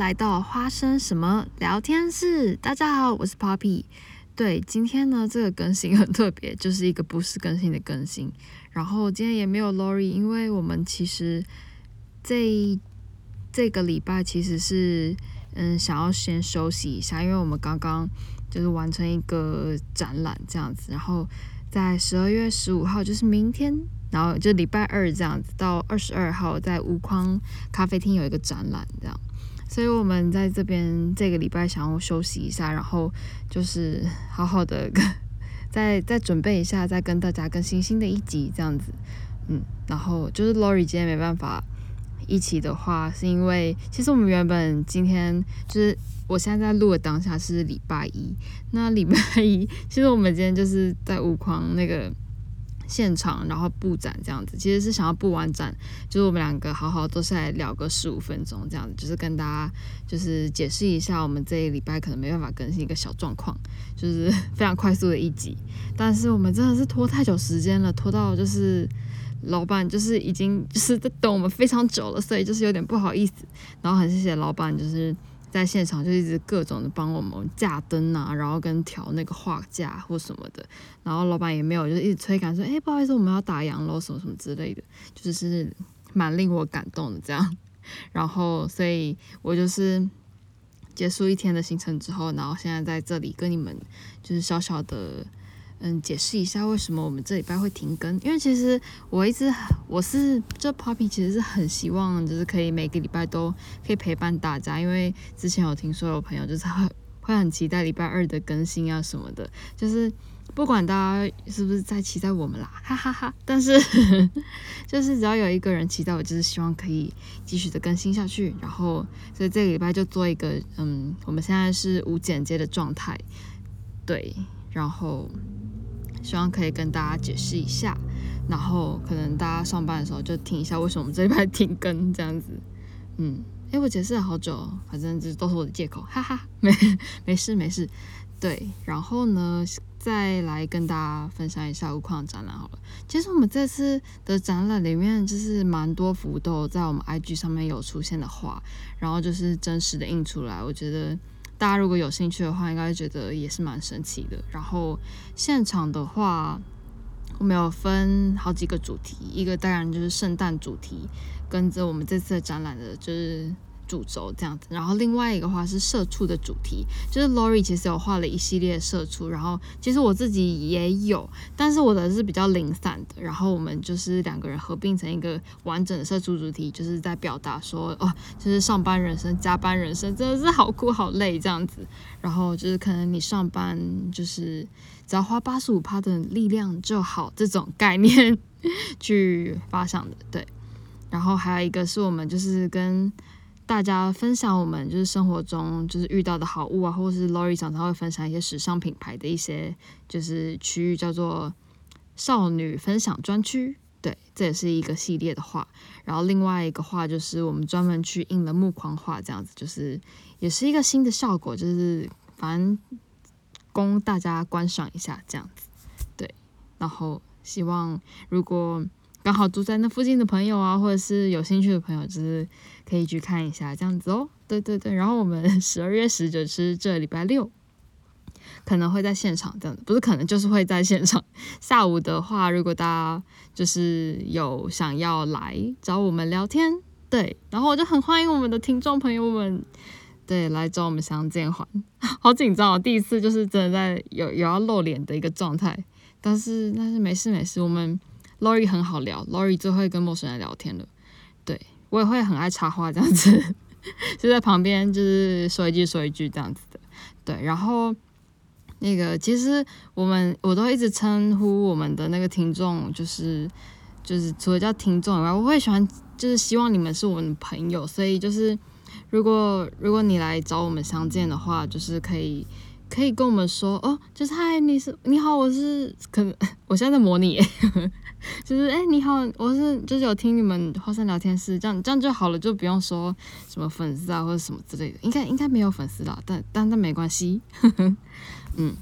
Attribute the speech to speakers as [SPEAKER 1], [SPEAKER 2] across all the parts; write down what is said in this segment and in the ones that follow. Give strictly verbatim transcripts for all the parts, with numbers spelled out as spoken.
[SPEAKER 1] 来到花生什么聊天室。大家好，我是 Poppy。对，今天呢这个更新很特别，就是一个不是更新的更新。然后今天也没有 Lori， 因为我们其实这这个礼拜其实是嗯想要先休息一下，因为我们刚刚就是完成一个展览这样子，然后在十二月十五号就是明天，然后就礼拜二这样子到二十二号在无框咖啡厅有一个展览这样。所以我们在这边这个礼拜想要休息一下，然后就是好好的再再准备一下，再跟大家更新新的一集这样子。嗯，然后就是 Lori 今天没办法一起的话，是因为其实我们原本今天就是我现在在录的当下是礼拜一，那礼拜一其实我们今天就是在无框那个现场，然后布展这样子，其实是想要布完展，就是我们两个好好都是来聊个十五分钟这样子，就是跟大家就是解释一下我们这一礼拜可能没办法更新一个小状况，就是非常快速的一集，但是我们真的是拖太久时间了，拖到就是老板就是已经就是在等我们非常久了，所以就是有点不好意思，然后很谢谢老板就是在现场就一直各种的帮我们架灯啊，然后跟调那个画架或什么的，然后老板也没有就是一直催赶说，哎、欸，不好意思，我们要打烊咯什么什么之类的，就是蛮令我感动的这样。然后所以我就是结束一天的行程之后，然后现在在这里跟你们就是小小的嗯解释一下为什么我们这礼拜会停更，因为其实我一直我是这 Poppy 其实是很希望就是可以每个礼拜都可以陪伴大家，因为之前有听说有朋友就是会会很期待礼拜二的更新啊什么的，就是不管大家是不是在期待我们啦，哈哈哈哈，但是就是只要有一个人期待我，就是希望可以继续的更新下去，然后所以这个礼拜就做一个嗯我们现在是无剪接的状态，对，然后希望可以跟大家解释一下，然后可能大家上班的时候就听一下为什么我们这一拜停更这样子。嗯，诶，我解释了好久，反正这都是我的借口，哈哈，没没事没事。对，然后呢，再来跟大家分享一下无框展览好了。其实我们这次的展览里面，就是蛮多幅都有在我们 I G 上面有出现的画，然后就是真实的印出来，我觉得大家如果有兴趣的话，应该觉得也是蛮神奇的。然后现场的话，我们有分好几个主题，一个当然就是圣诞主题，跟着我们这次的展览的就是主轴这样子，然后另外一个话是社畜的主题，就是 Lori 其实有画了一系列社畜，然后其实我自己也有，但是我的是比较零散的，然后我们就是两个人合并成一个完整的社畜主题，就是在表达说哦，就是上班人生、加班人生真的是好苦好累这样子，然后就是可能你上班就是只要花 百分之八十五 的力量就好这种概念去发想的，对。然后还有一个是我们就是跟大家分享我们就是生活中就是遇到的好物啊，或者是 Lori 常常会分享一些时尚品牌的一些就是区域，叫做少女分享专区，对，这也是一个系列的画。然后另外一个画就是我们专门去印了木框画，这样子就是也是一个新的效果，就是反正供大家观赏一下这样子，对。然后希望如果刚好住在那附近的朋友啊，或者是有兴趣的朋友，就是可以去看一下这样子哦。对对对，然后我们十二月十九是这礼拜六，可能会在现场这样子，不是可能就是会在现场。下午的话，如果大家就是有想要来找我们聊天，对，然后我就很欢迎我们的听众朋友们，对，来找我们相见欢。好紧张哦，第一次就是真的在有有要露脸的一个状态，但是但是没事没事，我们Lori 很好聊 ，Lori 最会跟陌生人聊天了。对，我也会很爱插话这样子，就在旁边就是说一句说一句这样子的。对，然后那个其实我们我都一直称呼我们的那个听众，就是就是除了叫听众以外，我会喜欢就是希望你们是我们的朋友，所以就是如果如果你来找我们相见的话，就是可以。可以跟我们说哦，就是嗨，你是你好，我是可能我现在在模拟耶，就是哎、欸、你好，我是就是有听你们花生聊天室，这样这样就好了，就不用说什么粉丝啊或者什么之类的，应该应该没有粉丝啦，但但但没关系，嗯，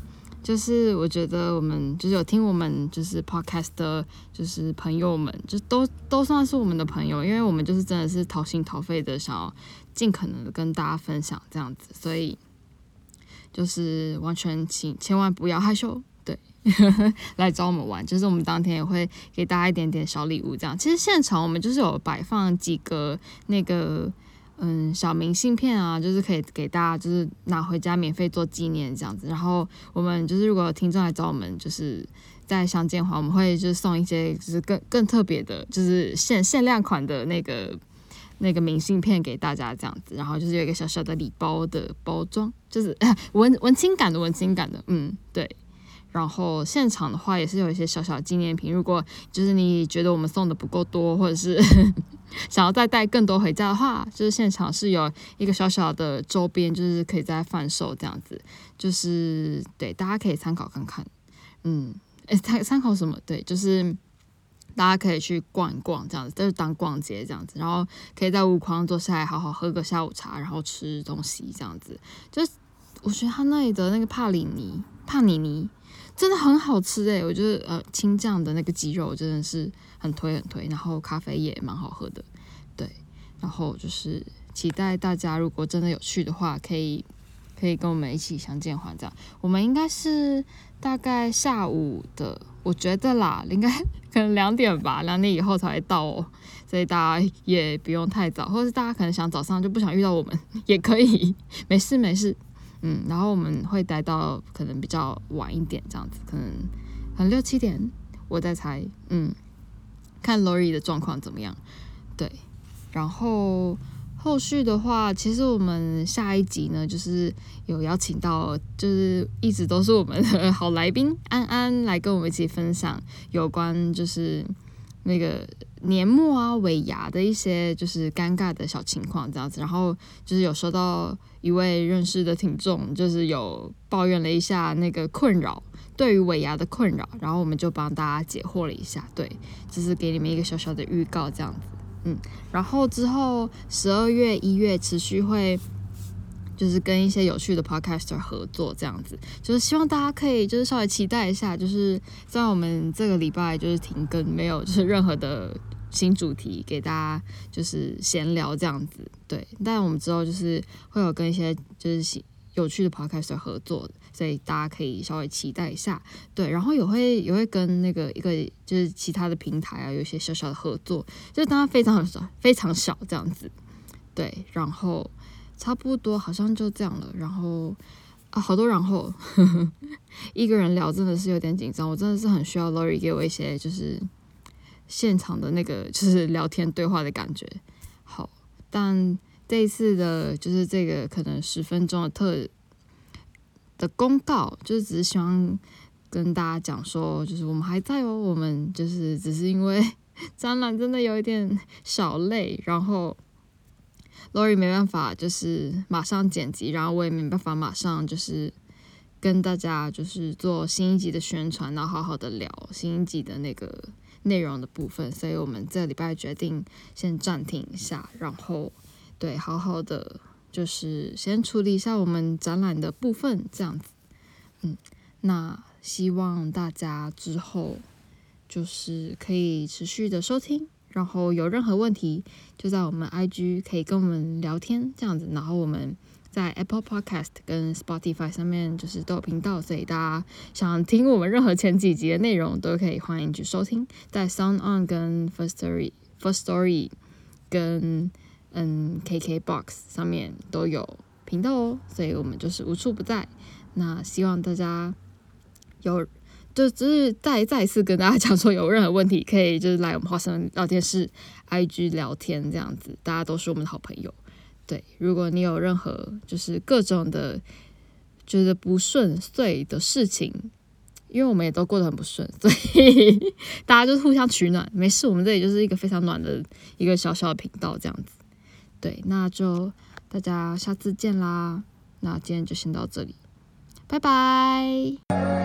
[SPEAKER 1] 就是我觉得我们就是有听我们就是 podcast 的，就是朋友们，就都都算是我们的朋友，因为我们就是真的是掏心掏肺的想要尽可能的跟大家分享这样子，所以就是完全请千万不要害羞，对，来找我们玩，就是我们当天也会给大家一点点小礼物这样。其实现场我们就是有摆放几个那个。嗯，小明信片啊，就是可以给大家就是拿回家免费做纪念这样子。然后我们就是如果有听众来找我们，就是在相见的话，我们会就是送一些就是更更特别的，就是限限量款的那个那个明信片给大家这样子。然后就是有一个小小的礼包的包装，就是文文青感的文青感的，嗯，对。然后现场的话也是有一些小小的纪念品，如果就是你觉得我们送的不够多，或者是想要再带更多回家的话，就是现场是有一个小小的周边，就是可以再贩售这样子，就是对大家可以参考看看，嗯，诶参参考什么？对，就是大家可以去逛一逛这样子，就是当逛街这样子，然后可以在屋框坐下来好好喝个下午茶，然后吃东西这样子，就是我觉得他那里的那个帕里尼帕尼尼。真的很好吃诶、欸，我觉得呃青酱的那个鸡肉真的是很推很推，然后咖啡也蛮好喝的，对，然后就是期待大家如果真的有去的话，可以可以跟我们一起相见欢这样。我们应该是大概下午的，我觉得啦，应该可能两点吧，两点以后才会到哦，所以大家也不用太早，或者是大家可能想早上就不想遇到我们也可以，没事没事。嗯，然后我们会待到可能比较晚一点，这样子，可能可能六七点，我在猜，嗯，看 Lori 的状况怎么样，对，然后后续的话，其实我们下一集呢，就是有邀请到，就是一直都是我们的好来宾安安来跟我们一起分享有关就是那个年末啊尾牙的一些就是尴尬的小情况这样子，然后就是有收到一位认识的听众，就是有抱怨了一下那个困扰，对于尾牙的困扰，然后我们就帮大家解惑了一下，对，就是给你们一个小小的预告这样子，嗯，然后之后十二月、一月持续会。就是跟一些有趣的 podcaster 合作，这样子，就是希望大家可以就是稍微期待一下，就是在我们这个礼拜就是停更，没有就是任何的新主题给大家就是闲聊这样子，对。但我们之后就是会有跟一些就是有趣的 podcaster 合作，所以大家可以稍微期待一下，对。然后也会也会跟那个一个就是其他的平台啊，有一些小小的合作，就是当然非常小非常小这样子，对。然后。差不多好像就这样了，然后啊，好多然后呵呵一个人聊真的是有点紧张，我真的是很需要 Lori 给我一些就是现场的那个就是聊天对话的感觉。好，但这一次的就是这个可能十分钟的特的公告，就是只是希望跟大家讲说，就是我们还在哦，我们就是只是因为展览真的有一点小累，然后。Lori 没办法，就是马上剪辑，然后我也没办法马上就是跟大家就是做新一集的宣传，然后好好的聊新一集的那个内容的部分，所以我们这个礼拜决定先暂停一下，然后对，好好的就是先处理一下我们展览的部分，这样子，嗯，那希望大家之后就是可以持续的收听。然后有任何问题，就在我们 I G 可以跟我们聊天这样子。然后我们在 Apple Podcast 跟 Spotify 上面就是都有频道，所以大家想听我们任何前几集的内容，都可以欢迎去收听。在 Sound On 跟 First Story、First Story 跟嗯 K K Box 上面都有频道哦，所以我们就是无处不在。那希望大家有。就只是再再一次跟大家讲说，有任何问题可以就是来我们花生聊天室 I G 聊天这样子，大家都是我们的好朋友。对，如果你有任何就是各种的觉得不顺遂的事情，因为我们也都过得很不顺，所以大家就是互相取暖，没事，我们这里就是一个非常暖的一个小小的频道这样子。对，那就大家下次见啦，那今天就先到这里，拜拜。